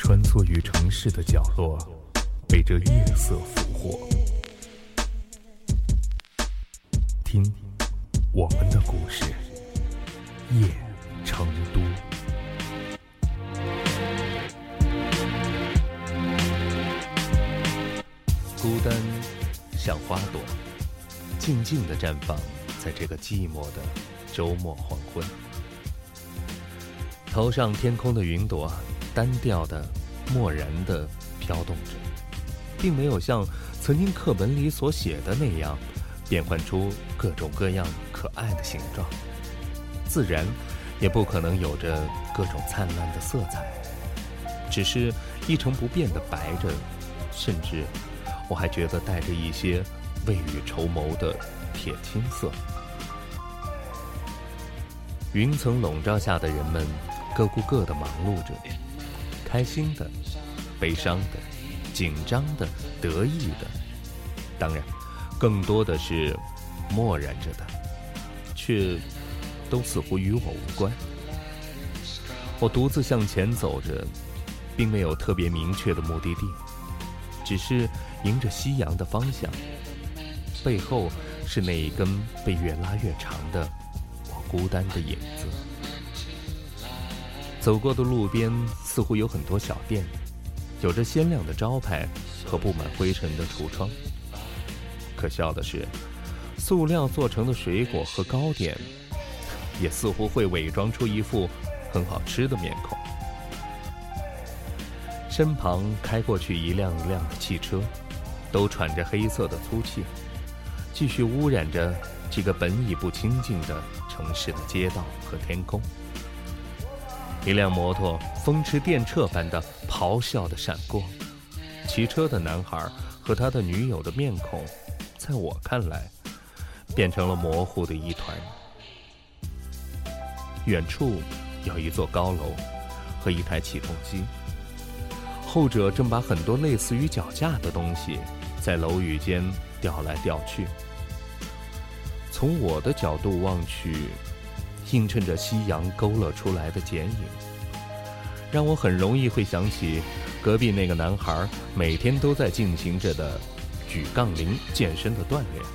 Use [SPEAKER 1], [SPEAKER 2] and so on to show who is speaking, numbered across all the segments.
[SPEAKER 1] 穿梭于城市的角落，被这夜色俘获。听我们的故事，夜成都。孤单像花朵，静静地绽放在这个寂寞的周末黄昏。头上天空的云朵单调的漠然的飘动着，并没有像曾经课本里所写的那样变换出各种各样可爱的形状，自然也不可能有着各种灿烂的色彩，只是一成不变的白着，甚至我还觉得带着一些未雨绸缪的铁青色。云层笼罩下的人们各顾各的忙碌着，开心的、悲伤的、紧张的、得意的，当然更多的是漠然着的，却都似乎与我无关。我独自向前走着，并没有特别明确的目的地，只是迎着夕阳的方向，背后是那一根被越拉越长的我孤单的影子。走过的路边似乎有很多小店，有着鲜亮的招牌和布满灰尘的橱窗。可笑的是，塑料做成的水果和糕点也似乎会伪装出一副很好吃的面孔。身旁开过去一辆一辆的汽车，都喘着黑色的粗气，继续污染着这个本已不清净的城市的街道和天空。一辆摩托风驰电掣般的咆哮地闪过，骑车的男孩和他的女友的面孔在我看来变成了模糊的一团。远处有一座高楼和一台起重机，后者正把很多类似于脚架的东西在楼宇间调来调去。从我的角度望去，映衬着夕阳勾勒出来的剪影，让我很容易会想起隔壁那个男孩每天都在进行着的举杠铃健身的锻炼。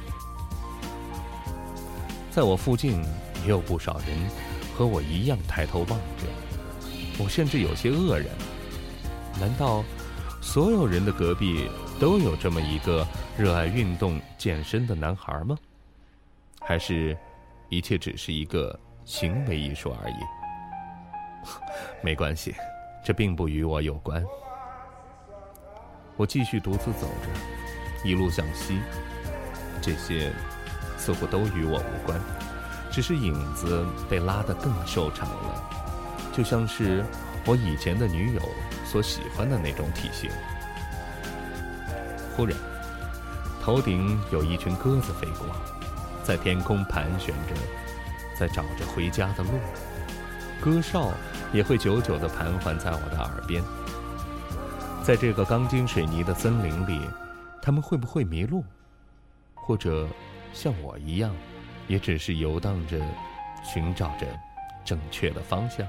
[SPEAKER 1] 在我附近也有不少人和我一样抬头望着，我甚至有些愕然，难道所有人的隔壁都有这么一个热爱运动健身的男孩吗？还是一切只是一个行为艺术而已？没关系，这并不与我有关。我继续独自走着，一路向西，这些似乎都与我无关，只是影子被拉得更瘦长了，就像是我以前的女友所喜欢的那种体型。忽然，头顶有一群鸽子飞过，在天空盘旋着，在找着回家的路。歌哨也会久久地盘桓在我的耳边。在这个钢筋水泥的森林里，他们会不会迷路？或者像我一样，也只是游荡着，寻找着正确的方向。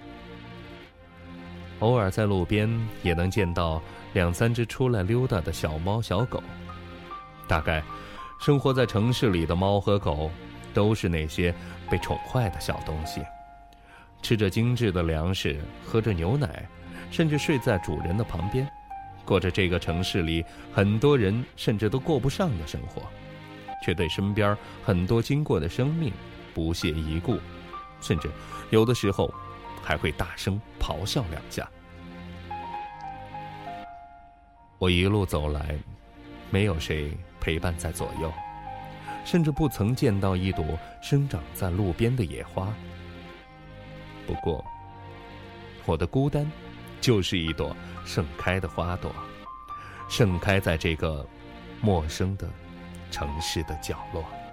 [SPEAKER 1] 偶尔在路边也能见到两三只出来溜达的小猫小狗。大概生活在城市里的猫和狗都是那些被宠坏的小东西，吃着精致的粮食，喝着牛奶，甚至睡在主人的旁边，过着这个城市里很多人甚至都过不上的生活，却对身边很多经过的生命不屑一顾，甚至有的时候还会大声咆哮两下。我一路走来，没有谁陪伴在左右，甚至不曾见到一朵生长在路边的野花。不过，我的孤单就是一朵盛开的花朵，盛开在这个陌生的城市的角落。